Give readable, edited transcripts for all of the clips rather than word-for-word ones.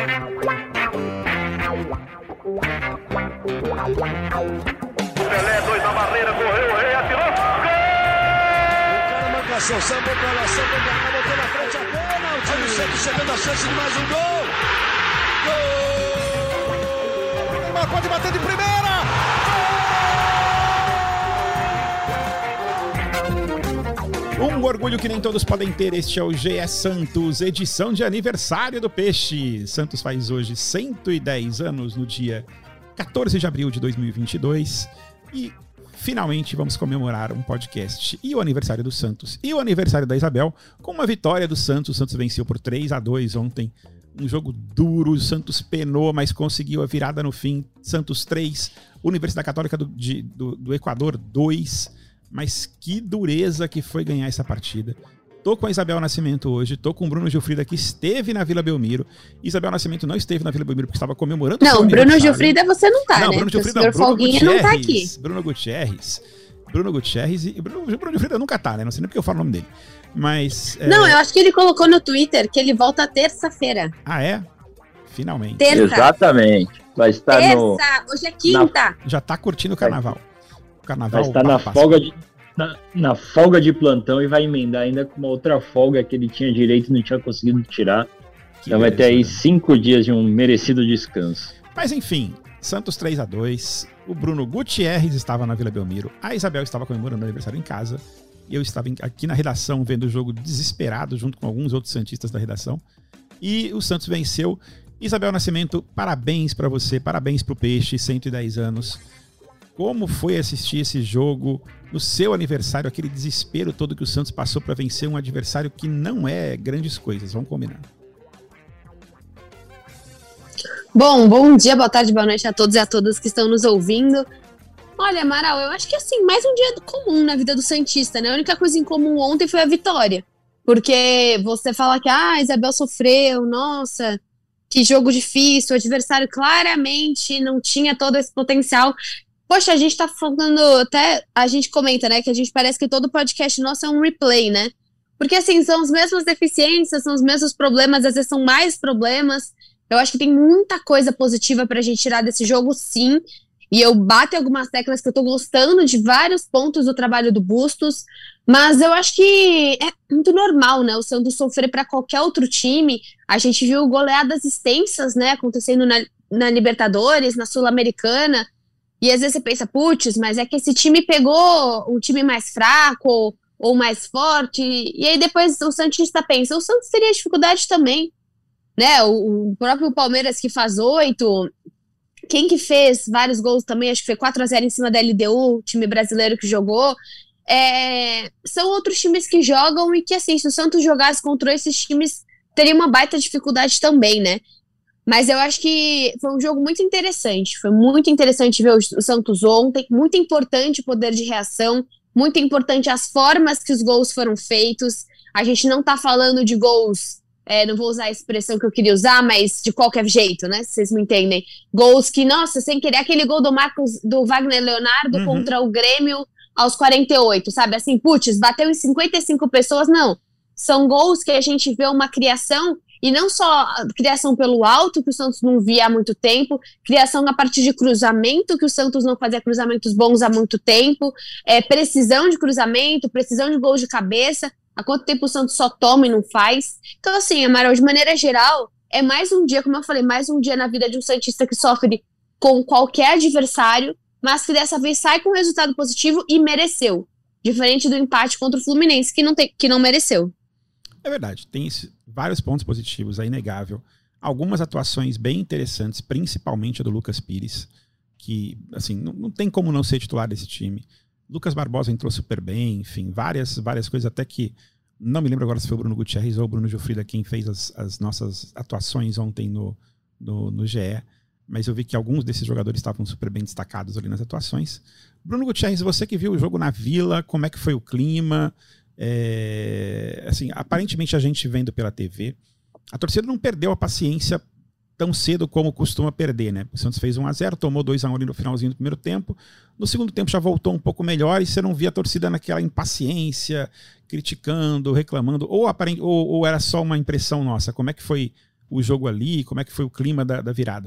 Pelé, 2 na barreira, correu, o rei atirou. Gol! O cara marcação, sambou pra lá, sambou pra cá, botou na frente a bola. O time sempre chegando a chance de mais um gol. Gol! Neymar pode bater de primeira. Um orgulho que nem todos podem ter, este é o GE Santos, edição de aniversário do Peixe. Santos faz hoje 110 anos no dia 14 de abril de 2022 e finalmente vamos comemorar um podcast e o aniversário do Santos e o aniversário da Isabel com uma vitória do Santos. O Santos venceu por 3-2 ontem, um jogo duro, o Santos penou, mas conseguiu a virada no fim. Santos 3, Universidade Católica do Equador 2. Mas que dureza que foi ganhar essa partida. Tô com a Isabel Nascimento hoje, tô com o Bruno Gilfrida, que esteve na Vila Belmiro. Isabel Nascimento não esteve na Vila Belmiro porque estava comemorando o seu aniversário. Bruno Gilfrida você não tá, não, né? Bruno Gilfrida, o senhor Folguinha não tá aqui. Bruno Gutierrez e Bruno Gilfrida nunca tá, né? Não sei nem porque eu falo o nome dele. Mas... Não, eu acho que ele colocou no Twitter que ele volta terça-feira. Ah, é? Finalmente. Terça. Exatamente. Vai estar terça, no... hoje é quinta. Já tá curtindo o carnaval. O carnaval vai estar na folga de plantão e vai emendar ainda com uma outra folga que ele tinha direito e não tinha conseguido tirar. Então vai ter aí 5 dias de um merecido descanso. Mas enfim, Santos 3-2, o Bruno Gutierrez estava na Vila Belmiro, a Isabel estava comemorando o aniversário em casa, e eu estava aqui na redação vendo o jogo desesperado junto com alguns outros santistas da redação, e o Santos venceu. Isabel Nascimento, parabéns para você, parabéns pro Peixe, 110 anos. Como foi assistir esse jogo no seu aniversário, aquele desespero todo que o Santos passou para vencer um adversário que não é grandes coisas, vamos combinar. Bom dia, boa tarde, boa noite a todos e a todas que estão nos ouvindo. Olha, Amaral, eu acho que assim, mais um dia comum na vida do Santista, né? A única coisa em comum ontem foi a vitória. Porque você fala que a Isabel sofreu, nossa, que jogo difícil, o adversário claramente não tinha todo esse potencial. Poxa, a gente tá falando, até a gente comenta, né, que a gente parece que todo podcast nosso é um replay, né? Porque, assim, são as mesmas deficiências, são os mesmos problemas, às vezes são mais problemas. Eu acho que tem muita coisa positiva pra gente tirar desse jogo, sim. E eu bato em algumas teclas que eu tô gostando de vários pontos do trabalho do Bustos, mas eu acho que é muito normal, né, o Santos sofrer pra qualquer outro time. A gente viu goleadas extensas, né, acontecendo na Libertadores, na Sul-Americana. E às vezes você pensa, putz, mas é que esse time pegou um time mais fraco ou mais forte. E aí depois o Santista pensa, o Santos teria dificuldade também, né? O próprio Palmeiras que faz 8, quem que fez vários gols também, acho que foi 4-0 em cima da LDU, time brasileiro que jogou. São outros times que jogam e que, assim, se o Santos jogasse contra esses times, teria uma baita dificuldade também, né? Mas eu acho que foi um jogo muito interessante. Foi muito interessante ver o Santos ontem. Muito importante o poder de reação. Muito importante as formas que os gols foram feitos. A gente não tá falando de gols, não vou usar a expressão que eu queria usar, mas de qualquer jeito, né? Se vocês me entendem. Gols que, nossa, sem querer, aquele gol do Wagner Leonardo contra o Grêmio aos 48, sabe? Assim, putz, bateu em 55 pessoas. Não. São gols que a gente vê uma criação. E não só criação pelo alto, que o Santos não via há muito tempo, criação a partir de cruzamento, que o Santos não fazia cruzamentos bons há muito tempo, precisão de cruzamento, precisão de gols de cabeça. Há quanto tempo o Santos só toma e não faz? Então, assim, Amaral, de maneira geral, é mais um dia, como eu falei, mais um dia na vida de um santista que sofre com qualquer adversário, mas que dessa vez sai com um resultado positivo e mereceu. Diferente do empate contra o Fluminense, que não mereceu. É verdade, tem vários pontos positivos, é inegável. Algumas atuações bem interessantes, principalmente a do Lucas Pires, que, assim, não tem como não ser titular desse time. Lucas Barbosa entrou super bem, enfim, várias coisas, até que não me lembro agora se foi o Bruno Gutierrez ou o Bruno Gilfrida quem fez as nossas atuações ontem no GE, mas eu vi que alguns desses jogadores estavam super bem destacados ali nas atuações. Bruno Gutierrez, você que viu o jogo na Vila, como é que foi o clima? Assim, aparentemente a gente vendo pela TV, a torcida não perdeu a paciência tão cedo como costuma perder, né? O Santos fez 1-0, tomou 2-1 ali no finalzinho do primeiro tempo, no segundo tempo já voltou um pouco melhor e você não via a torcida naquela impaciência, criticando, reclamando, ou era só uma impressão nossa? Como é que foi o jogo ali? Como é que foi o clima da virada?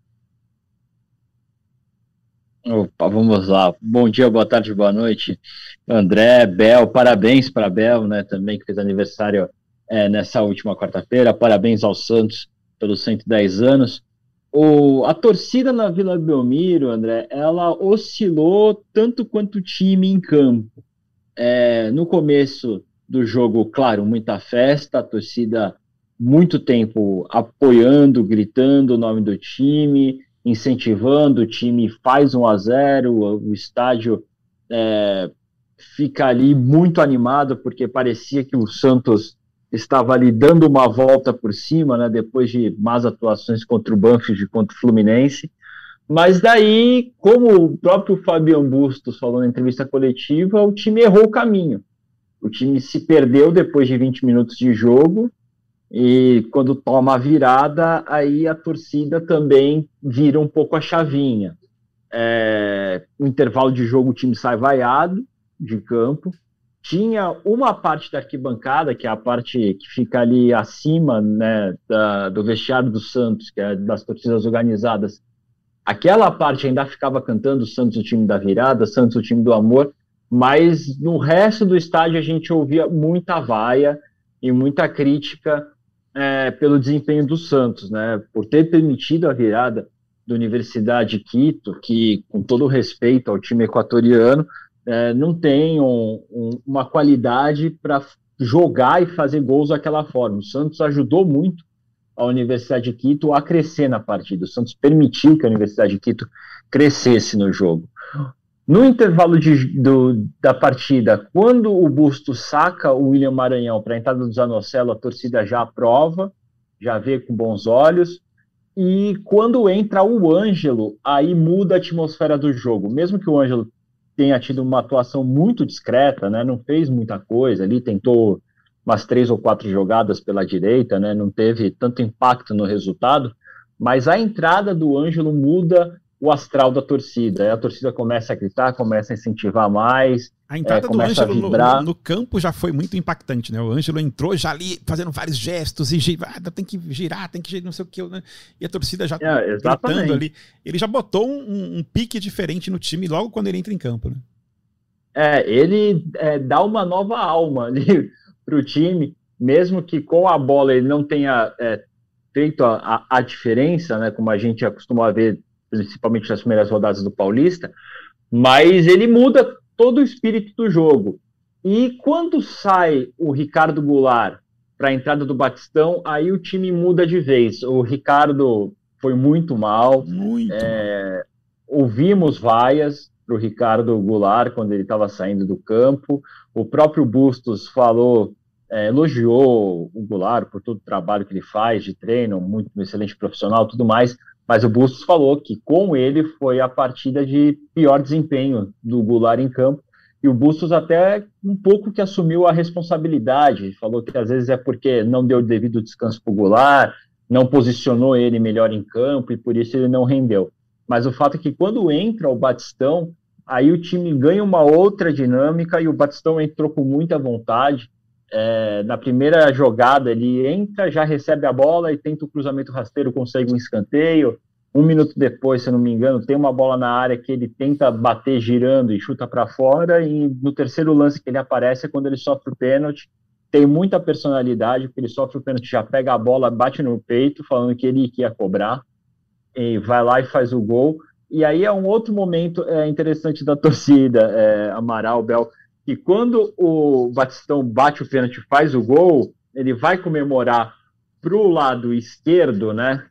Opa, vamos lá. Bom dia, boa tarde, boa noite. André, Bel, parabéns para Bel, né, também que fez aniversário nessa última quarta-feira. Parabéns ao Santos pelos 110 anos. A torcida na Vila Belmiro, André, ela oscilou tanto quanto o time em campo. No começo do jogo, claro, muita festa, a torcida muito tempo apoiando, gritando o nome do time, incentivando, o time faz 1-0, o estádio fica ali muito animado, porque parecia que o Santos estava ali dando uma volta por cima, né, depois de más atuações contra o Banfield e contra o Fluminense. Mas daí, como o próprio Fabian Bustos falou na entrevista coletiva, o time errou o caminho. O time se perdeu depois de 20 minutos de jogo, e quando toma a virada, aí a torcida também vira um pouco a chavinha. No intervalo de jogo, o time sai vaiado de campo. Tinha uma parte da arquibancada, que é a parte que fica ali acima, né, do vestiário do Santos, que é das torcidas organizadas. Aquela parte ainda ficava cantando Santos, o time da virada, Santos, o time do amor, mas no resto do estádio a gente ouvia muita vaia e muita crítica pelo desempenho do Santos, né, por ter permitido a virada da Universidade de Quito, que, com todo respeito ao time equatoriano, não tem uma qualidade para jogar e fazer gols daquela forma. O Santos ajudou muito a Universidade de Quito a crescer na partida. O Santos permitiu que a Universidade de Quito crescesse no jogo. No intervalo da partida, quando o Bustos saca o William Maranhão para a entrada do Zanocelo, a torcida já aprova, já vê com bons olhos. E quando entra o Ângelo, aí muda a atmosfera do jogo. Mesmo que o Ângelo tenha tido uma atuação muito discreta, né, não fez muita coisa ali, tentou umas 3 ou 4 jogadas pela direita, né, não teve tanto impacto no resultado, mas a entrada do Ângelo muda o astral da torcida. Aí a torcida começa a gritar, começa a incentivar mais, a entrada do Ângelo no campo já foi muito impactante, né? O Ângelo entrou já ali fazendo vários gestos e tem que girar, não sei o que, né? E a torcida já gritando ali. Ele já botou um pique diferente no time logo quando ele entra em campo, né? Ele dá uma nova alma ali para o time, mesmo que com a bola ele não tenha feito a diferença, né? Como a gente acostumou a ver, principalmente nas primeiras rodadas do Paulista, mas ele muda todo o espírito do jogo. E quando sai o Ricardo Goulart para a entrada do Batistão, aí o time muda de vez. O Ricardo foi muito mal. Ouvimos vaias para o Ricardo Goulart quando ele estava saindo do campo. O próprio Bustos falou, elogiou o Goulart por todo o trabalho que ele faz de treino, muito excelente profissional, tudo mais. Mas o Bustos falou que com ele foi a partida de pior desempenho do Goulart em campo, e o Bustos até um pouco que assumiu a responsabilidade, falou que às vezes é porque não deu devido descanso para o Goulart, não posicionou ele melhor em campo, e por isso ele não rendeu. Mas o fato é que quando entra o Batistão, aí o time ganha uma outra dinâmica, e o Batistão entrou com muita vontade. Na primeira jogada ele entra, já recebe a bola e tenta o cruzamento rasteiro, consegue um escanteio. 1 minuto depois, se eu não me engano, tem uma bola na área que ele tenta bater girando e chuta para fora, e no terceiro lance que ele aparece é quando ele sofre o pênalti. Tem muita personalidade, porque ele sofre o pênalti, já pega a bola, bate no peito, falando que ele ia cobrar, e vai lá e faz o gol. E aí é um outro momento interessante da torcida, Amaral, Bel, que quando o Batistão bate o pênalti e faz o gol, ele vai comemorar para o lado esquerdo, né?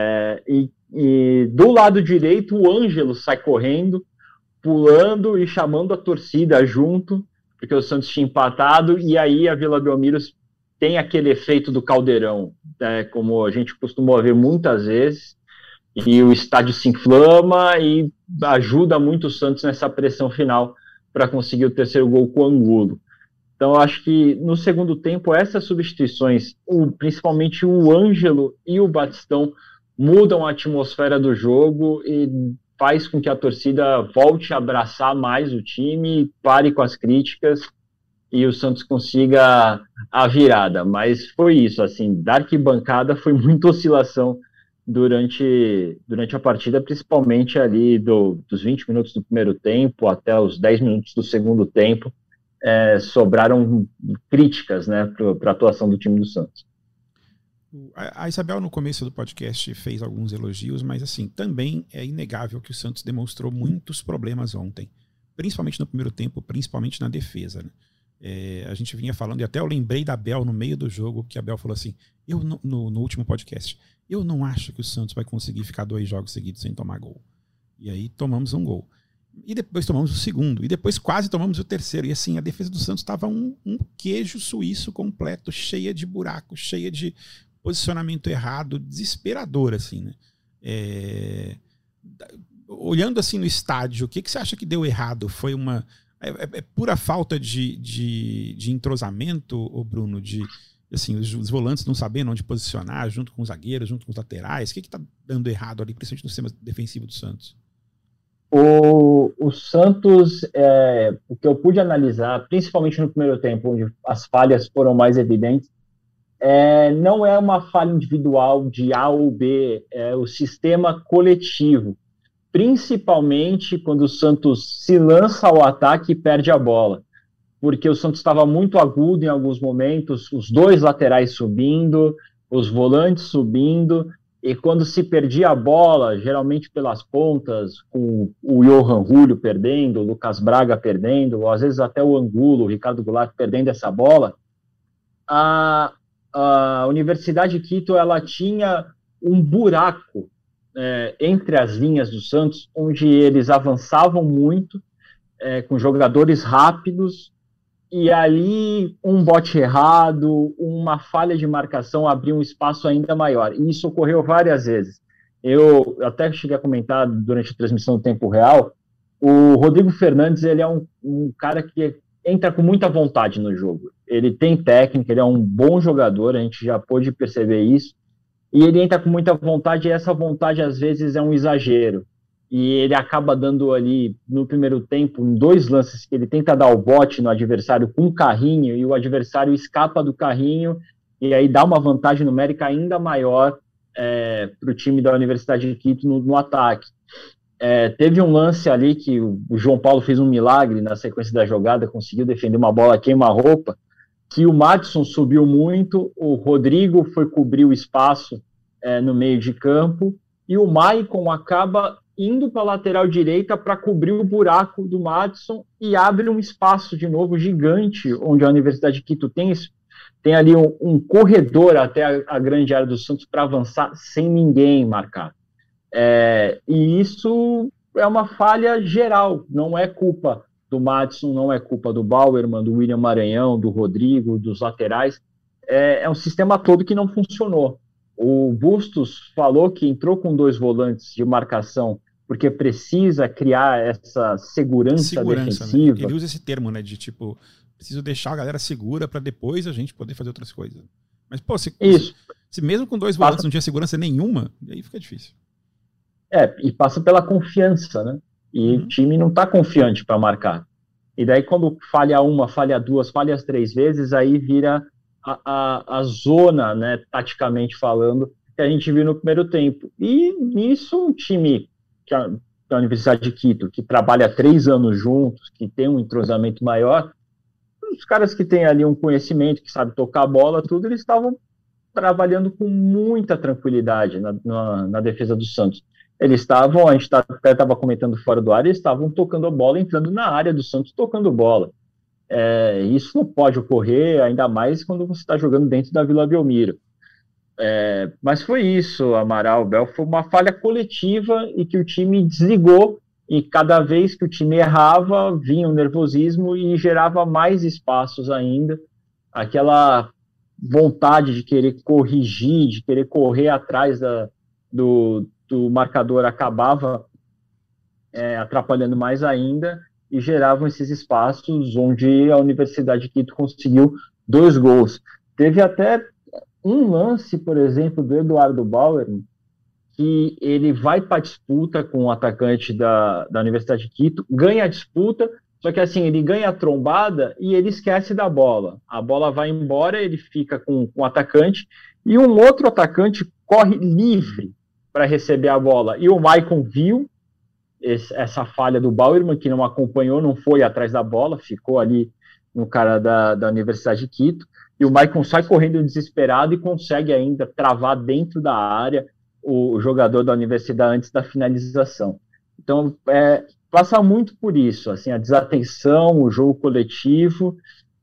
E do lado direito o Ângelo sai correndo, pulando e chamando a torcida junto, porque o Santos tinha empatado, e aí a Vila Belmiro tem aquele efeito do caldeirão, como a gente costumou ver muitas vezes, e o estádio se inflama e ajuda muito o Santos nessa pressão final para conseguir o terceiro gol com o Angulo. Então, eu acho que no segundo tempo, essas substituições, principalmente o Ângelo e o Batistão, mudam a atmosfera do jogo e faz com que a torcida volte a abraçar mais o time, pare com as críticas e o Santos consiga a virada. Mas foi isso, assim, da arquibancada foi muita oscilação durante a partida, principalmente ali dos 20 minutos do primeiro tempo até os 10 minutos do segundo tempo, sobraram críticas, né, para a atuação do time do Santos. A Isabel, no começo do podcast, fez alguns elogios, mas assim, também é inegável que o Santos demonstrou muitos problemas ontem, principalmente no primeiro tempo, principalmente na defesa, né? A gente vinha falando, e até eu lembrei da Bel no meio do jogo, que a Bel falou assim, no último podcast, eu não acho que o Santos vai conseguir ficar 2 jogos seguidos sem tomar gol. E aí tomamos um gol. E depois tomamos o segundo, e depois quase tomamos o terceiro. E assim, a defesa do Santos estava um queijo suíço completo, cheia de buracos, cheia de posicionamento errado, desesperador, assim, né? Olhando assim no estádio, o que você acha que deu errado? Foi é pura falta de entrosamento, ô Bruno, assim, os volantes não sabendo onde posicionar, junto com os zagueiros, junto com os laterais? O que está dando errado ali, principalmente no sistema defensivo do Santos? O Santos, o que eu pude analisar, principalmente no primeiro tempo, onde as falhas foram mais evidentes, não é uma falha individual de A ou B, é o sistema coletivo, principalmente quando o Santos se lança ao ataque e perde a bola, porque o Santos estava muito agudo em alguns momentos, os 2 laterais subindo, os volantes subindo, e quando se perdia a bola, geralmente pelas pontas, com o Johan Julio perdendo, o Lucas Braga perdendo, ou às vezes até o Angulo, o Ricardo Goulart perdendo essa bola, a Universidade de Quito, ela tinha um buraco entre as linhas do Santos, onde eles avançavam muito, com jogadores rápidos, e ali um bote errado, uma falha de marcação abria um espaço ainda maior, e isso ocorreu várias vezes. Eu até cheguei a comentar durante a transmissão do tempo real, o Rodrigo Fernandes, ele é um cara que entra com muita vontade no jogo, ele tem técnica, ele é um bom jogador, a gente já pôde perceber isso, e ele entra com muita vontade, e essa vontade às vezes é um exagero, e ele acaba dando ali, no primeiro tempo, em 2 lances que ele tenta dar o bote no adversário com um carrinho, e o adversário escapa do carrinho, e aí dá uma vantagem numérica ainda maior para o time da Universidade de Quito no ataque. Teve um lance ali que o João Paulo fez um milagre na sequência da jogada, conseguiu defender uma bola queima-roupa, que o Madison subiu muito, o Rodrigo foi cobrir o espaço no meio de campo, e o Maicon acaba indo para a lateral direita para cobrir o buraco do Madison e abre um espaço de novo gigante, onde a Universidade de Quito tem ali um corredor até a grande área do Santos para avançar sem ninguém marcar. E isso é uma falha geral, não é culpa do Madison, não é culpa do Bauerman, do William Maranhão, do Rodrigo, dos laterais, é um sistema todo que não funcionou. O Bustos falou que entrou com 2 volantes de marcação porque precisa criar essa segurança defensiva. Né? Ele usa esse termo, né, de tipo, preciso deixar a galera segura para depois a gente poder fazer outras coisas. Mas, pô, se mesmo com 2 volantes não tinha segurança nenhuma, aí fica difícil. E passa pela confiança, né? E o time não está confiante para marcar. E daí quando falha uma, falha 2, falha as 3 vezes, aí vira a zona, né, taticamente falando, que a gente viu no primeiro tempo. E nisso um time que a Universidade de Quito, que trabalha 3 anos juntos, que tem um entrosamento maior, os caras que têm ali um conhecimento, que sabem tocar a bola, tudo, eles estavam trabalhando com muita tranquilidade na defesa do Santos. Eles estavam, a gente até estava comentando fora do ar, eles estavam tocando a bola, entrando na área do Santos, tocando bola. Isso não pode ocorrer, ainda mais quando você está jogando dentro da Vila Belmiro. Mas foi isso, Amaral, Bel, foi uma falha coletiva e que o time desligou, e cada vez que o time errava, vinha o nervosismo e gerava mais espaços ainda, aquela vontade de querer corrigir, de querer correr atrás do marcador acabava atrapalhando mais ainda, e geravam esses espaços onde a Universidade de Quito conseguiu 2 gols. Teve até um lance, por exemplo, do Eduardo Bauer, que ele vai para a disputa com o atacante da Universidade de Quito, ganha a disputa, Só que assim, ele ganha a trombada e ele esquece da bola. A bola vai embora, ele fica com o atacante e um outro atacante corre livre para receber a bola. E o Maicon viu essa falha do Bauerman, que não acompanhou, não foi atrás da bola, ficou ali no cara da Universidade de Quito. E o Maicon sai correndo desesperado e consegue ainda travar dentro da área o jogador da Universidade antes da finalização. Então, passa muito por isso, assim, a desatenção, o jogo coletivo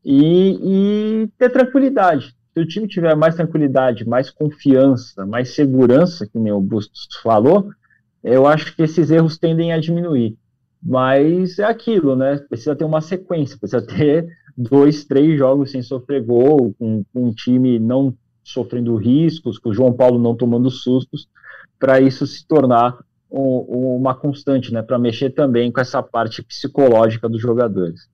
e ter tranquilidade. Se o time tiver mais tranquilidade, mais confiança, mais segurança, que nem o Bustos falou, eu acho que esses erros tendem a diminuir. Mas é aquilo, né? Precisa ter uma sequência, precisa ter 2, 3 jogos sem sofrer gol, com um time não sofrendo riscos, com o João Paulo não tomando sustos, para isso se tornar uma constante, né? Para mexer também com essa parte psicológica dos jogadores.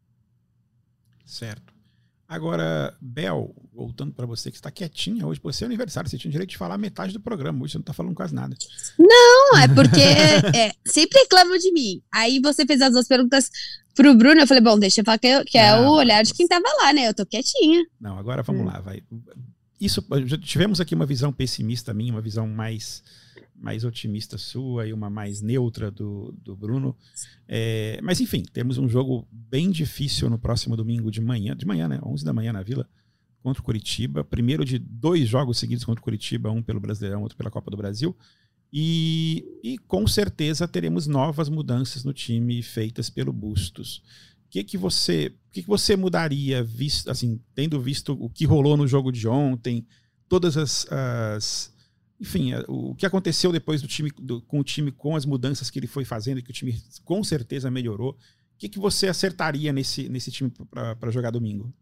Certo. Agora, Bel, voltando para você que está quietinha hoje, por ser aniversário, você tinha direito de falar metade do programa, hoje você não está falando quase nada. Não, é porque sempre reclamam de mim. Aí você fez as 2 perguntas pro Bruno, eu falei, bom, deixa eu falar que é o olhar de quem tava lá, né? Eu tô quietinha. Não, agora vamos lá, vai. Isso, já tivemos aqui uma visão pessimista minha, uma visão mais otimista sua e uma mais neutra do Bruno. Mas enfim, temos um jogo bem difícil no próximo domingo de manhã, né? 11 da manhã na Vila, contra o Curitiba. Primeiro de 2 jogos seguidos contra o Curitiba, um pelo Brasileirão, outro pela Copa do Brasil. E com certeza teremos novas mudanças no time feitas pelo Bustos. O que você mudaria, tendo visto o que rolou no jogo de ontem, todas enfim, o que aconteceu depois do time, com as mudanças que ele foi fazendo e que o time com certeza melhorou? O que você acertaria nesse time para jogar domingo?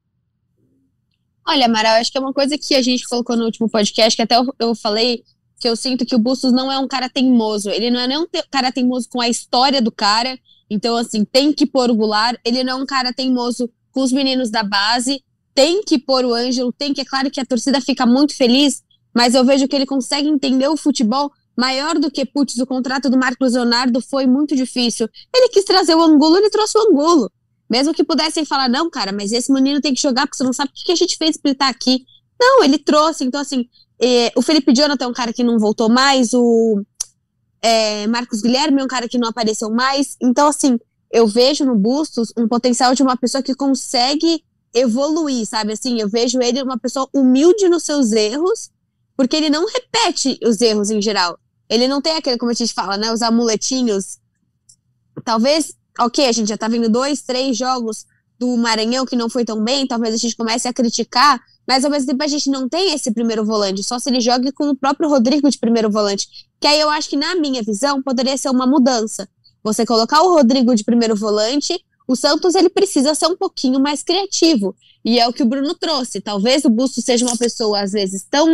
Olha, Amaral, acho que é uma coisa que a gente colocou no último podcast, que até eu falei que eu sinto que o Bustos não é um cara teimoso. Ele não é nem um cara teimoso com a história do cara. Então, assim, tem que pôr o Goulart. Ele não é um cara teimoso com os meninos da base. Tem que pôr o Ângelo. É claro que a torcida fica muito feliz, mas eu vejo que ele consegue entender o futebol maior do que, putz, o contrato do Marcos Leonardo foi muito difícil. Ele quis trazer o Angulo, ele trouxe o Angulo. Mesmo que pudessem falar, não, cara, mas esse menino tem que jogar porque você não sabe o que a gente fez pra ele estar aqui. Não, ele trouxe. Então, assim, o Felipe Jonathan é um cara que não voltou mais, o Marcos Guilherme é um cara que não apareceu mais. Então, assim, eu vejo no Bustos um potencial de uma pessoa que consegue evoluir, sabe? Assim, eu vejo ele uma pessoa humilde nos seus erros, porque ele não repete os erros em geral. Ele não tem aquele, como a gente fala, né, os amuletinhos. Talvez, ok, a gente já tá vendo 2, 3 jogos do Maranhão que não foi tão bem, talvez a gente comece a criticar, mas ao mesmo tempo a gente não tem esse primeiro volante, só se ele jogue com o próprio Rodrigo de primeiro volante, que aí eu acho que na minha visão poderia ser uma mudança. Você colocar o Rodrigo de primeiro volante, o Santos ele precisa ser um pouquinho mais criativo, e é o que o Bruno trouxe. Talvez o Bustos seja uma pessoa às vezes tão,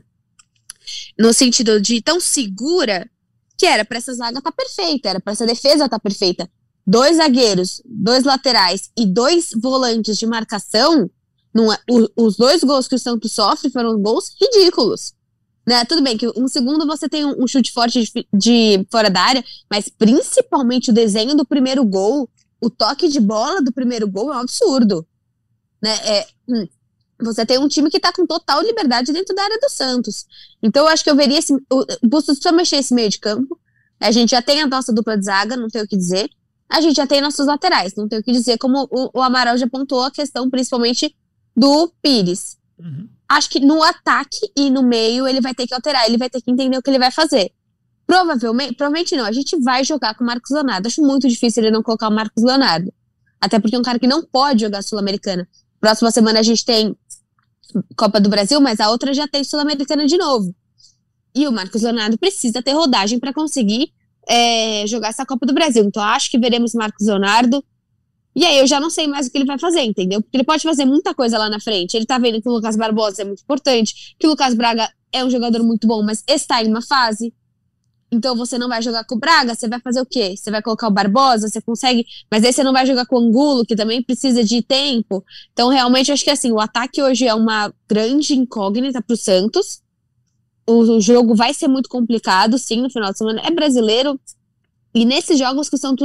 no sentido de tão segura, que era para essa zaga estar perfeita, era para essa defesa estar perfeita. 2 zagueiros, 2 laterais e 2 volantes de marcação, não é, os 2 gols que o Santos sofre foram gols ridículos. Né? Tudo bem que um segundo você tem um chute forte de fora da área, mas principalmente o desenho do primeiro gol, o toque de bola do primeiro gol é um absurdo. Né? Você tem um time que está com total liberdade dentro da área do Santos. Então eu acho que eu veria o Bustos precisa mexer esse meio de campo. A gente já tem a nossa dupla de zaga, não tem o que dizer. A gente já tem nossos laterais, não tem o que dizer, como o Amaral já pontuou a questão principalmente do Pires. Uhum. Acho que no ataque e no meio ele vai ter que alterar, ele vai ter que entender o que ele vai fazer. Provavelmente não, a gente vai jogar com o Marcos Leonardo. Acho muito difícil ele não colocar o Marcos Leonardo. Até porque é um cara que não pode jogar Sul-Americana. Próxima semana a gente tem Copa do Brasil, mas a outra já tem Sul-Americana de novo. E o Marcos Leonardo precisa ter rodagem para conseguir jogar essa Copa do Brasil. Então acho que veremos Marcos Leonardo. E aí eu já não sei mais o que ele vai fazer, entendeu? Porque ele pode fazer muita coisa lá na frente. Ele tá vendo que o Lucas Barbosa é muito importante, que o Lucas Braga é um jogador muito bom, mas está em uma fase. Então você não vai jogar com o Braga, você vai fazer o quê? Você vai colocar o Barbosa, você consegue, mas aí você não vai jogar com o Angulo, que também precisa de tempo. Então realmente eu acho que assim, o ataque hoje é uma grande incógnita pro Santos. O jogo vai ser muito complicado, sim, no final de semana. É brasileiro. E nesses jogos que o Santos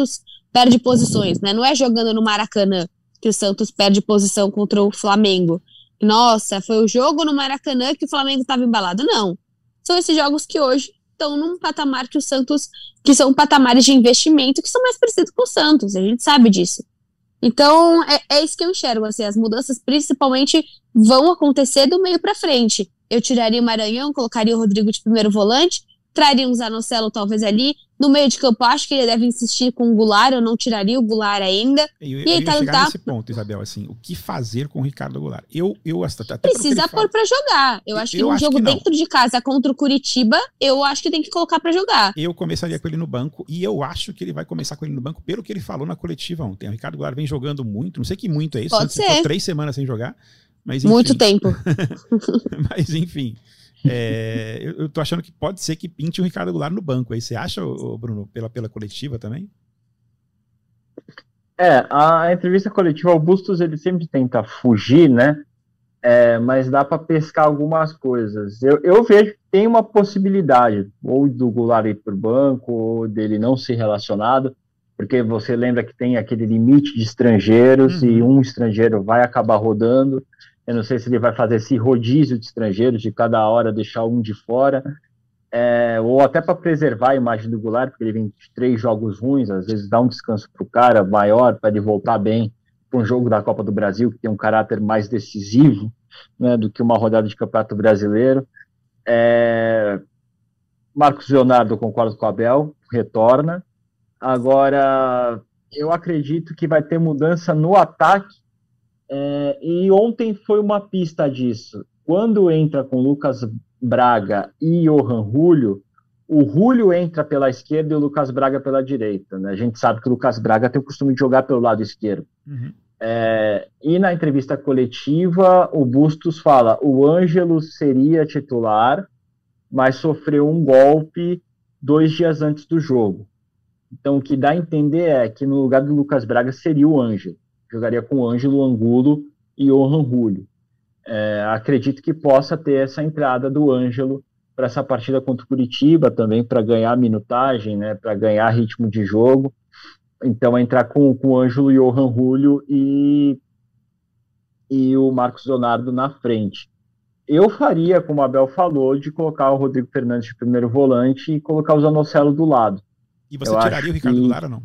perde posições, né? Não é jogando no Maracanã que o Santos perde posição contra o Flamengo. Nossa, foi o jogo no Maracanã que o Flamengo estava embalado. Não. São esses jogos que hoje estão num patamar que o Santos, que são patamares de investimento que são mais parecidos com o Santos, a gente sabe disso. Então, é isso que eu enxergo, assim, as mudanças principalmente vão acontecer do meio para frente. Eu tiraria o Maranhão, colocaria o Rodrigo de primeiro volante, traria um Zanocelo talvez ali, no meio de campo acho que ele deve insistir com o Goulart, eu não tiraria o Goulart ainda. Eu ia chegar nesse ponto, Isabel, assim, o que fazer com o Ricardo Goulart? Até precisa pôr pra jogar. Eu acho que um jogo dentro de casa contra o Curitiba, eu acho que tem que colocar pra jogar. Eu começaria com ele no banco, e eu acho que ele vai começar com ele no banco pelo que ele falou na coletiva ontem. O Ricardo Goulart vem jogando muito, não sei que muito é isso, Pode ser. Ficou 3 semanas sem jogar, mas enfim. Muito tempo. Mas enfim, eu tô achando que pode ser que pinte o Ricardo Goulart no banco. Aí você acha, Bruno, pela coletiva também? A entrevista coletiva, o Bustos, ele sempre tenta fugir, né? Mas dá para pescar algumas coisas. Eu vejo que tem uma possibilidade, ou do Goulart ir para o banco, ou dele não ser relacionado, porque você lembra que tem aquele limite de estrangeiros, e um estrangeiro vai acabar rodando. Eu não sei se ele vai fazer esse rodízio de estrangeiros, de cada hora deixar um de fora, ou até para preservar a imagem do Goulart, porque ele vem de 3 jogos ruins, às vezes dá um descanso para o cara maior, para ele voltar bem para um jogo da Copa do Brasil, que tem um caráter mais decisivo, né, do que uma rodada de Campeonato Brasileiro. Marcos Leonardo, concordo com o Abel, retorna. Agora, eu acredito que vai ter mudança no ataque, e ontem foi uma pista disso. Quando entra com Lucas Braga e Johan Julio, o Julio entra pela esquerda e o Lucas Braga pela direita, né? A gente sabe que o Lucas Braga tem o costume de jogar pelo lado esquerdo. E na entrevista coletiva, o Bustos fala: o Ângelo seria titular, mas sofreu um golpe 2 dias antes do jogo. Então, o que dá a entender é que no lugar do Lucas Braga seria o Ângelo. Jogaria com o Ângelo, Angulo e Johan Julio. Acredito que possa ter essa entrada do Ângelo para essa partida contra o Curitiba também, para ganhar minutagem, né, para ganhar ritmo de jogo. Então, entrar com o Ângelo e o Johan Julio e o Marcos Leonardo na frente. Eu faria, como a Abel falou, de colocar o Rodrigo Fernandes de primeiro volante e colocar o Zanocelo do lado. E você tiraria o Ricardo Goulart ou não?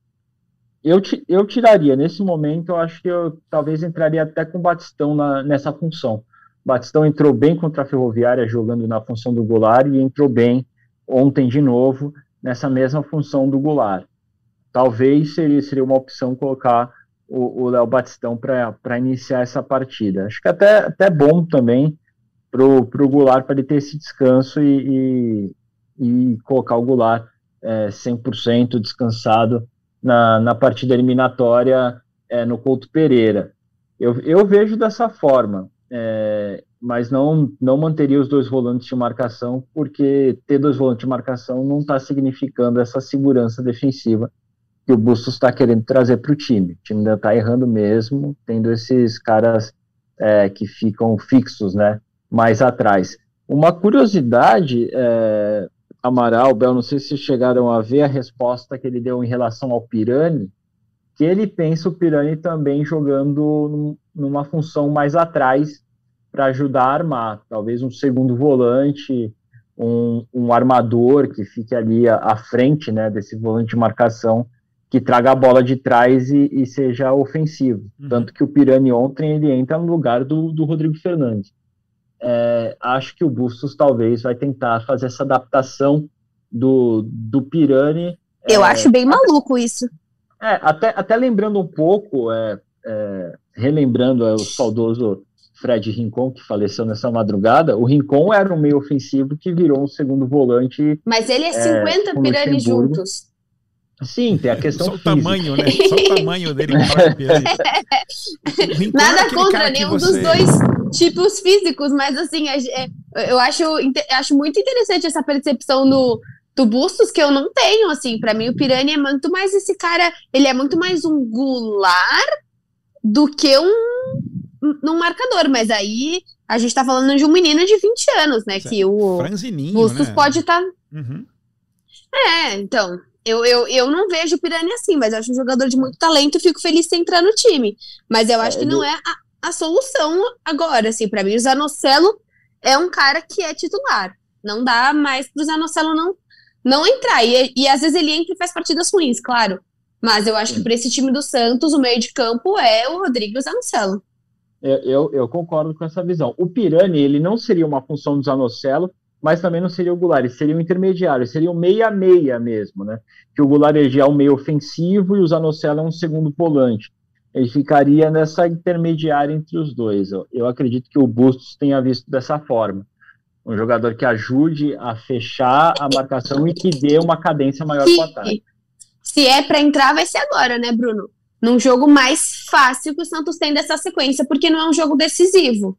Eu tiraria. Nesse momento, eu acho que eu talvez entraria até com o Batistão nessa função. O Batistão entrou bem contra a Ferroviária, jogando na função do Goulart, e entrou bem ontem de novo, nessa mesma função do Goulart. Talvez seria uma opção colocar o Léo Batistão para iniciar essa partida. Acho que até bom também pro Goulart, para ele ter esse descanso e colocar o Goulart 100% descansado na partida eliminatória no Couto Pereira. Eu vejo dessa forma, mas não manteria os 2 volantes de marcação, porque ter 2 volantes de marcação não está significando essa segurança defensiva que o Bustos está querendo trazer para o time. O time ainda está errando mesmo, tendo esses caras que ficam fixos, né, mais atrás. Uma curiosidade, Amaral, Bel, não sei se chegaram a ver a resposta que ele deu em relação ao Pirani, que ele pensa o Pirani também jogando numa função mais atrás para ajudar a armar, talvez um segundo volante, um armador que fique ali à frente, né, desse volante de marcação, que traga a bola de trás e seja ofensivo. Tanto que o Pirani ontem ele entra no lugar do Rodrigo Fernandes. Acho que o Bustos talvez vai tentar fazer essa adaptação do Pirani. Eu acho bem maluco isso. Até lembrando um pouco, relembrando o saudoso Fred Rincon, que faleceu nessa madrugada. O Rincon era um meio ofensivo que virou um segundo volante. Mas ele é 50 Pirani juntos. Sim, tem a questão física. Só o tamanho, né? Só o tamanho dele. Nada contra nenhum dos 2 tipos físicos, mas assim, eu acho muito interessante essa percepção do Bustos, que eu não tenho, assim. Pra mim o Pirani é muito mais esse cara, ele é muito mais um Goulart do que um marcador, mas aí a gente tá falando de um menino de 20 anos, né, que o Franzininho, Bustos, né, pode estar... Uhum. Então... Eu não vejo o Pirani assim, mas eu acho um jogador de muito talento e fico feliz de entrar no time. Mas eu acho que não é a solução agora, assim, pra mim o Zanocelo é um cara que é titular. Não dá mais pro Zanocelo não entrar. E às vezes ele entra e faz partidas ruins, claro. Mas eu acho que para esse time do Santos, o meio de campo é o Rodrigo Zanocelo. Eu concordo com essa visão. O Pirani, ele não seria uma função do Zanocelo, mas também não seria o Goulart, ele seria um intermediário, seria um meia-meia mesmo, né? Que o Goulart é um meio ofensivo e o Zanocelo é um segundo volante. Ele ficaria nessa intermediária entre os dois. Eu acredito que o Bustos tenha visto dessa forma. Um jogador que ajude a fechar a marcação e que dê uma cadência maior para o ataque. Se é para entrar, vai ser agora, né, Bruno? Num jogo mais fácil que o Santos tem dessa sequência, porque não é um jogo decisivo.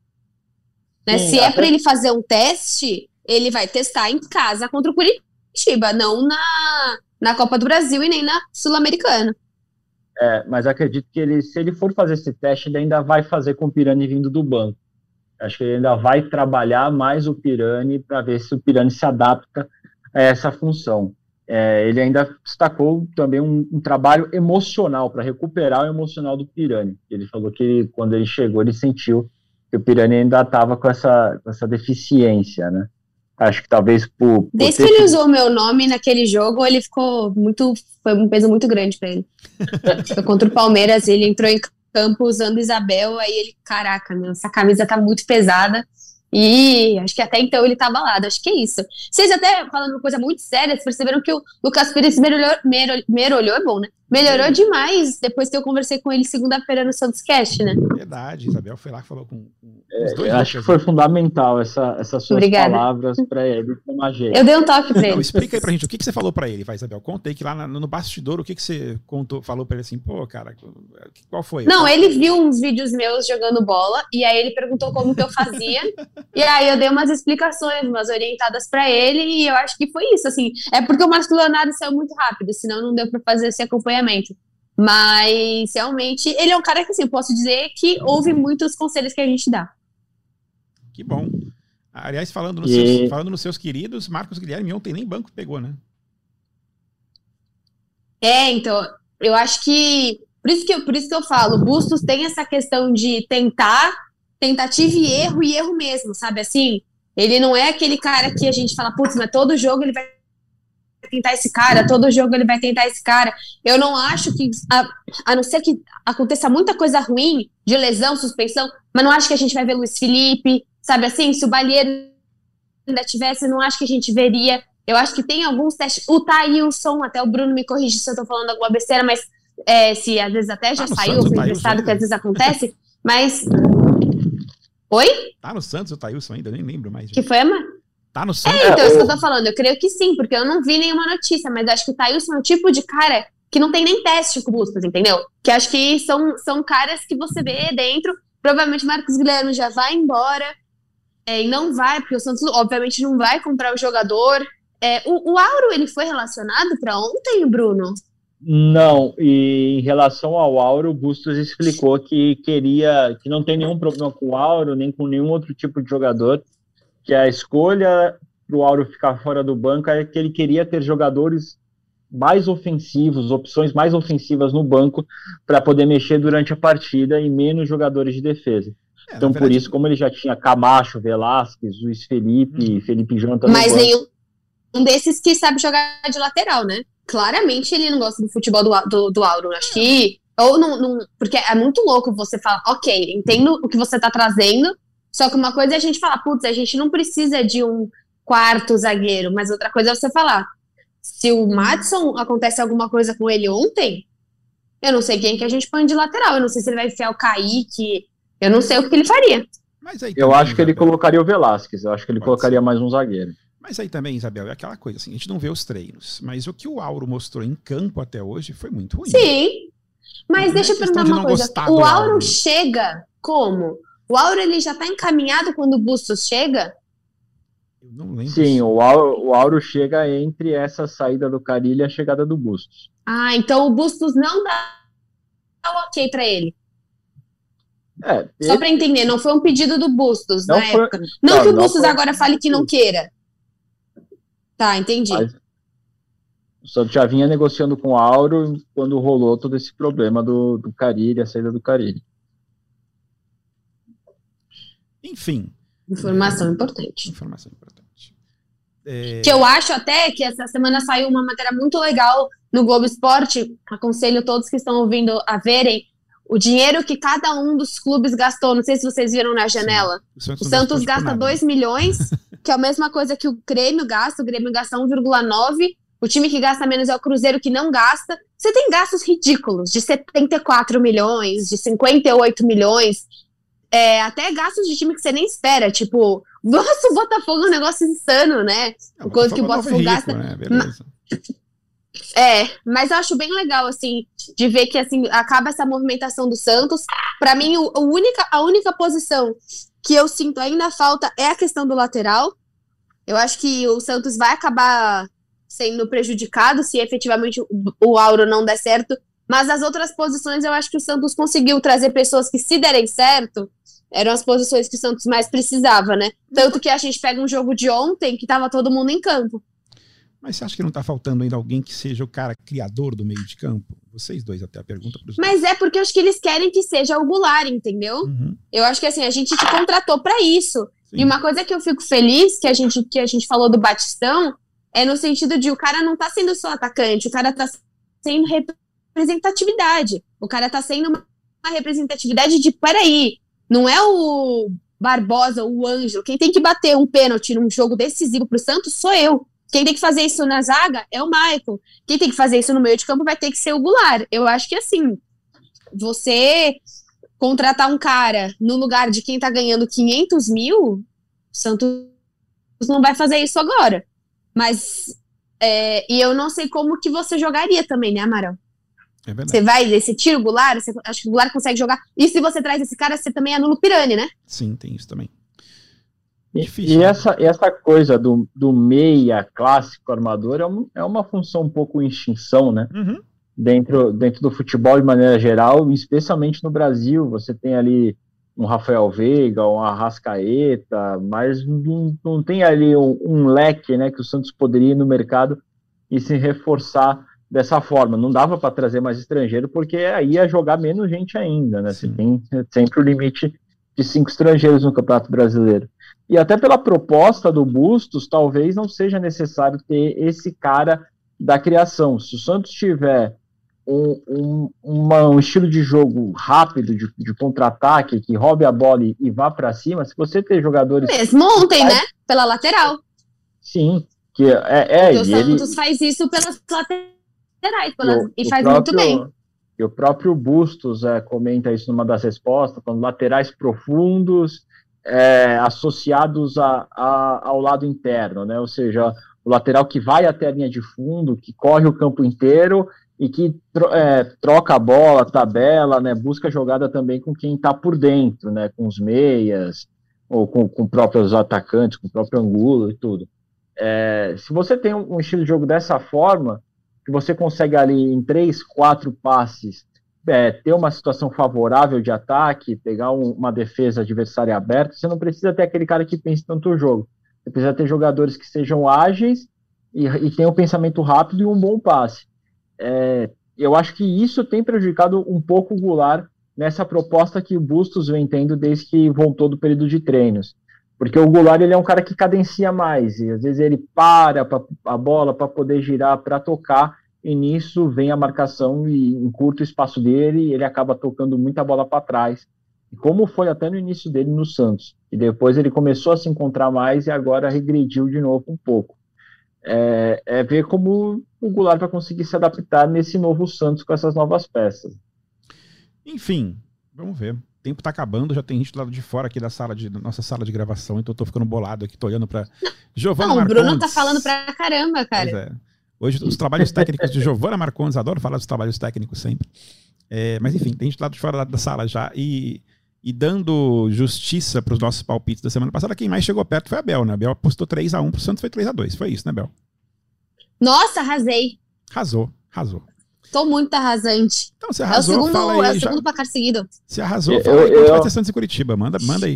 Né? Sim, se é para ele fazer um teste, ele vai testar em casa contra o Curitiba, não na Copa do Brasil e nem na Sul-Americana. Mas acredito que se ele for fazer esse teste, ele ainda vai fazer com o Pirani vindo do banco. Acho que ele ainda vai trabalhar mais o Pirani para ver se o Pirani se adapta a essa função. Ele ainda destacou também um trabalho emocional, para recuperar o emocional do Pirani. Ele falou que quando ele chegou, ele sentiu que o Pirani ainda estava com essa deficiência, né? Acho que talvez Desde que ele usou o meu nome naquele jogo, ele ficou foi um peso muito grande para ele. Foi contra o Palmeiras, ele entrou em campo usando Isabel, aí ele, caraca, essa camisa tá muito pesada. E acho que até então ele tá abalado, acho que é isso. Vocês até, falando uma coisa muito séria, vocês perceberam que o Lucas Pires melhorou, é bom, né? Melhorou demais depois que eu conversei com ele segunda-feira no Santos Cast, né? Verdade, Isabel foi lá que falou com os dois. Acho que foi fundamental essas suas palavras para ele tomar jeito. Eu dei um toque pra ele. Explica aí pra gente, o que você falou pra ele, vai, Isabel? Conta aí que lá no bastidor, o que você falou pra ele assim, pô, cara, qual foi? Não, ele viu uns vídeos meus jogando bola, e aí ele perguntou como que eu fazia, e aí eu dei umas explicações, umas orientadas pra ele, e eu acho que foi isso, assim, é porque o Marcos Leonardo saiu muito rápido, senão não deu pra fazer esse acompanhamento. Mas realmente ele é um cara que, assim, eu posso dizer que ouve muitos conselhos que a gente dá. Que bom. Aliás, falando nos seus queridos, Marcos Guilherme ontem nem banco pegou, né? Então, eu acho que por isso que eu falo, o Bustos tem essa questão de tentativa e erro mesmo, sabe? Assim, ele não é aquele cara que a gente fala, putz, mas todo jogo ele vai tentar esse cara, todo jogo ele vai tentar esse cara. Eu não acho que, a não ser que aconteça muita coisa ruim, de lesão, suspensão, mas não acho que a gente vai ver Luiz Felipe, sabe assim? Se o Balheiro ainda tivesse, não acho que a gente veria. Eu acho que tem alguns testes. O Thailson, até o Bruno me corrige se eu tô falando alguma besteira, mas se às vezes até já saiu, foi emprestado, que às vezes acontece, mas... Oi? Tá no Santos o Thailson ainda, eu nem lembro mais. Que foi, Tá no Santos? Então, isso que eu tô falando, eu creio que sim, porque eu não vi nenhuma notícia, mas acho que o Thailson é o tipo de cara que não tem nem teste com o Bustos, entendeu? Que acho que são caras que você vê dentro, provavelmente o Marcos Guilherme já vai embora, e não vai, porque o Santos obviamente não vai comprar o jogador. O Auro, ele foi relacionado pra ontem, Bruno? Não, e em relação ao Auro, o Bustos explicou que não tem nenhum problema com o Auro, nem com nenhum outro tipo de jogador, que a escolha para o Auro ficar fora do banco é que ele queria ter jogadores mais ofensivos, opções mais ofensivas no banco para poder mexer durante a partida e menos jogadores de defesa. Então, por isso, como ele já tinha Camacho, Velasquez, Luiz Felipe, Felipe Jonathan... Mas nenhum desses que sabe jogar de lateral, né? Claramente ele não gosta do futebol do Auro. Acho que... Ou não, porque é muito louco você falar, ok, entendo o que você tá trazendo, só que uma coisa é a gente falar, putz, a gente não precisa de um quarto zagueiro, mas outra coisa é você falar, se o Madison acontece alguma coisa com ele ontem, eu não sei quem que a gente põe de lateral, eu não sei se ele vai enfiar o Kaique, eu não sei o que ele faria. Mas aí eu acho que ele colocaria o Velasquez, eu acho que ele colocaria mais um zagueiro. Mas aí também, Isabel, é aquela coisa assim, a gente não vê os treinos, mas o que o Auro mostrou em campo até hoje foi muito ruim. Sim, mas deixa eu perguntar uma coisa, o Auro chega como? O Auro, ele já tá encaminhado quando o Bustos chega? Eu não lembro. Sim, o Auro chega entre essa saída do Carille e a chegada do Bustos. Então o Bustos não dá o ok pra ele. Só pra entender, não foi um pedido do Bustos na época. Não que o Bustos agora fale que não queira. Tá, entendi. O Santos já vinha negociando com o Auro quando rolou todo esse problema do Carille, a saída do Carille. Enfim. Informação importante. Informação importante. Que eu acho até que essa semana saiu uma matéria muito legal no Globo Esporte. Aconselho todos que estão ouvindo a verem o dinheiro que cada um dos clubes gastou. Não sei se vocês viram na janela. Sim. O Santos gasta 2 milhões, que é a mesma coisa que o Grêmio gasta. O Grêmio gasta 1,9. O time que gasta menos é o Cruzeiro, que não gasta. Você tem gastos ridículos, de 74 milhões, de 58 milhões. Até gastos de time que você nem espera. Tipo, nossa, o Botafogo é um negócio insano, né? O quanto que o Botafogo gasta. Né? Beleza. Mas eu acho bem legal, assim, de ver que, assim, acaba essa movimentação do Santos. Pra mim, a única posição que eu sinto ainda falta é a questão do lateral. Eu acho que o Santos vai acabar sendo prejudicado se efetivamente o Auro não der certo. Mas as outras posições, eu acho que o Santos conseguiu trazer pessoas que, se derem certo, eram as posições que o Santos mais precisava, né? Tanto que a gente pega um jogo de ontem que tava todo mundo em campo. Mas você acha que não tá faltando ainda alguém que seja o cara criador do meio de campo? Vocês dois, até a pergunta pros dois. Mas é porque eu acho que eles querem que seja o Goulart, entendeu? Uhum. Eu acho que, assim, a gente te contratou pra isso. Sim. E uma coisa que eu fico feliz, que a gente falou do Batistão, é no sentido de o cara não tá sendo só atacante, o cara tá sendo representatividade. O cara tá sendo uma representatividade de, peraí, não é o Barbosa, o Ângelo. Quem tem que bater um pênalti num jogo decisivo pro Santos sou eu. Quem tem que fazer isso na zaga é o Maicon. Quem tem que fazer isso no meio de campo vai ter que ser o Goulart. Eu acho que, assim, você contratar um cara no lugar de quem tá ganhando 500 mil, o Santos não vai fazer isso agora. Mas, e eu não sei como que você jogaria também, né, Amaral? É verdade. Você tira o Goulart, você acha que o Goulart consegue jogar? E se você traz esse cara, você também anula o Pirani, né? Sim, tem isso também. Difícil, e essa coisa do meia clássico armador é uma função um pouco em extinção, né? Uhum. Dentro do futebol de maneira geral, especialmente no Brasil. Você tem ali um Rafael Veiga, um Arrascaeta, mas não tem ali um leque, né, que o Santos poderia ir no mercado e se reforçar dessa forma. Não dava para trazer mais estrangeiro, porque aí ia jogar menos gente ainda, né? Você tem sempre o limite de 5 estrangeiros no Campeonato Brasileiro. E até pela proposta do Bustos, talvez não seja necessário ter esse cara da criação. Se o Santos tiver um estilo de jogo rápido, de contra-ataque, que roube a bola e vá para cima, se você ter jogadores... Mesmo ontem, né? Pela lateral. Sim. O Santos faz isso pelas laterais, e faz muito bem. E o próprio Bustos comenta isso numa das respostas, falando laterais profundos, associados ao lado interno, né? Ou seja, o lateral que vai até a linha de fundo, que corre o campo inteiro e que troca a bola, tabela, né? Busca jogada também com quem está por dentro, né? Com os meias, ou com próprios atacantes, com o próprio Angulo e tudo. Se você tem um estilo de jogo dessa forma, que você consegue ali em 3, 4 passes ter uma situação favorável de ataque, pegar uma defesa adversária aberta, você não precisa ter aquele cara que pense tanto o jogo. Você precisa ter jogadores que sejam ágeis e tenham um pensamento rápido e um bom passe. Eu acho que isso tem prejudicado um pouco o Goulart nessa proposta que o Bustos vem tendo desde que voltou do período de treinos. Porque o Goulart, ele é um cara que cadencia mais, e às vezes ele para a bola para poder girar, para tocar, e nisso vem a marcação e encurta o espaço dele, e ele acaba tocando muita bola para trás. E como foi até no início dele no Santos. E depois ele começou a se encontrar mais e agora regrediu de novo um pouco. Ver como o Goulart vai conseguir se adaptar nesse novo Santos com essas novas peças. Enfim, vamos ver. O tempo tá acabando, já tem gente do lado de fora aqui da nossa sala de gravação, então eu tô ficando bolado aqui, tô olhando pra Giovana Marcondes. O Bruno tá falando pra caramba, cara. Pois é. Hoje os trabalhos técnicos de Giovana Marcondes, adoro falar dos trabalhos técnicos sempre. Mas enfim, tem gente do lado de fora da sala já. E dando justiça pros nossos palpites da semana passada, quem mais chegou perto foi a Bel, né? A Bel apostou 3-1 pro Santos, foi 3-2. Foi isso, né, Bel? Nossa, arrasei. Arrasou. Tô muito arrasante. Então, você arrasou, fala aí. É o segundo placar seguido. Você arrasou, fala aí quanto vai ter Santos e Curitiba. Manda aí.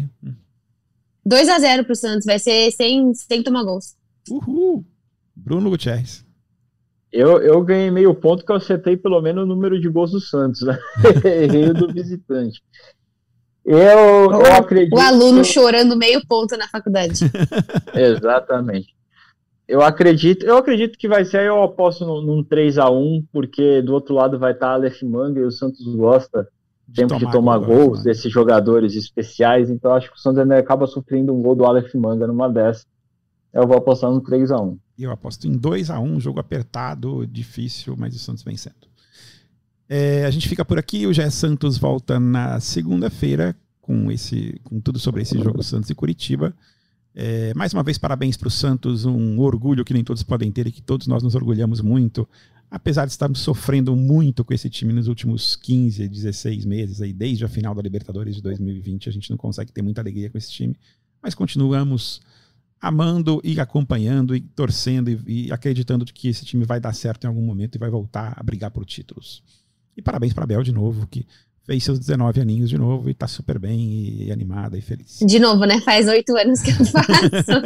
2-0 pro Santos, vai ser sem tomar gols. Uhul. Bruno Gutierrez. Eu ganhei meio ponto que eu acertei pelo menos o número de gols do Santos, né? Errei o do visitante. Eu acredito... O aluno chorando meio ponto na faculdade. Exatamente. Eu acredito que vai ser, eu aposto num 3-1, porque do outro lado vai estar Aleph Manga e o Santos gosta sempre de tomar gols desses jogadores especiais, então acho que o Santos acaba sofrendo um gol do Aleph Manga numa dessas. Eu vou apostar no 3-1. Eu aposto em 2-1, jogo apertado, difícil, mas o Santos vencendo. A gente fica por aqui, o GE Santos volta na segunda-feira com tudo sobre esse jogo Santos e Curitiba. Mais uma vez, parabéns para o Santos, um orgulho que nem todos podem ter e que todos nós nos orgulhamos muito, apesar de estarmos sofrendo muito com esse time nos últimos 15, 16 meses, aí, desde a final da Libertadores de 2020, a gente não consegue ter muita alegria com esse time, mas continuamos amando e acompanhando e torcendo e acreditando de que esse time vai dar certo em algum momento e vai voltar a brigar por títulos. E parabéns para a Bel de novo, que fez seus 19 aninhos de novo e tá super bem e animada e feliz. De novo, né? Faz 8 anos que eu faço.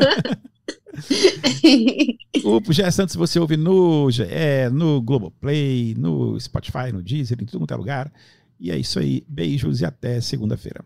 O GE Santos você ouve no GE, no Globoplay, no Spotify, no Deezer, em tudo quanto é lugar. E é isso aí. Beijos e até segunda-feira.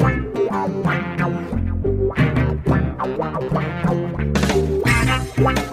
Wow.